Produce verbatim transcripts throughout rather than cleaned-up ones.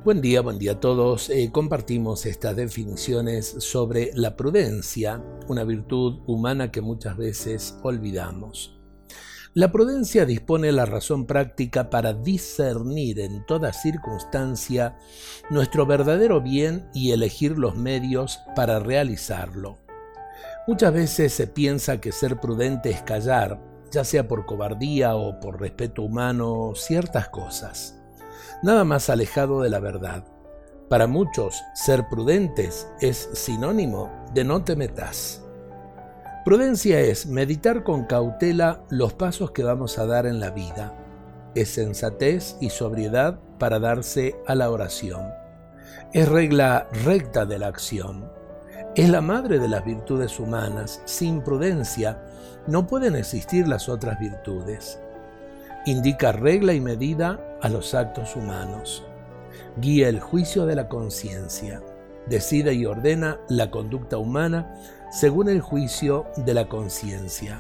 Buen día, buen día a todos. Eh, compartimos estas definiciones sobre la prudencia, una virtud humana que muchas veces olvidamos. La prudencia dispone la razón práctica para discernir en toda circunstancia nuestro verdadero bien y elegir los medios para realizarlo. Muchas veces se piensa que ser prudente es callar, ya sea por cobardía o por respeto humano, ciertas cosas. Nada más alejado de la verdad. Para muchos, ser prudentes es sinónimo de no te metas. Prudencia es meditar con cautela los pasos que vamos a dar en la vida. Es sensatez y sobriedad para darse a la oración. Es regla recta de la acción. Es la madre de las virtudes humanas. Sin prudencia no pueden existir las otras virtudes. Indica regla y medida a los actos humanos. Guía el juicio de la conciencia. Decide y ordena la conducta humana según el juicio de la conciencia.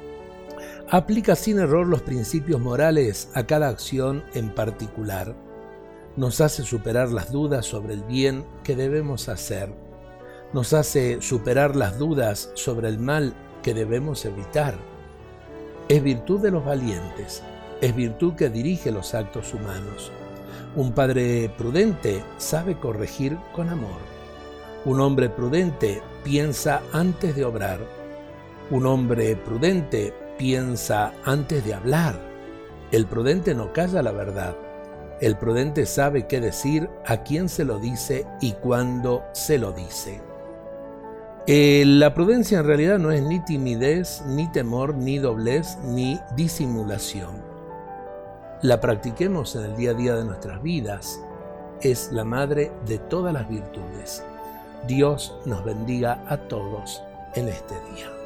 Aplica sin error los principios morales a cada acción en particular. Nos hace superar las dudas sobre el bien que debemos hacer. Nos hace superar las dudas sobre el mal que debemos evitar. Es virtud de los valientes. Es virtud que dirige los actos humanos. Un padre prudente sabe corregir con amor. Un hombre prudente piensa antes de obrar. Un hombre prudente piensa antes de hablar. El prudente no calla la verdad. El prudente sabe qué decir, a quién se lo dice y cuándo se lo dice. Eh, la prudencia en realidad no es ni timidez, ni temor, ni doblez, ni disimulación. La practiquemos en el día a día de nuestras vidas. Es la madre de todas las virtudes. Dios nos bendiga a todos en este día.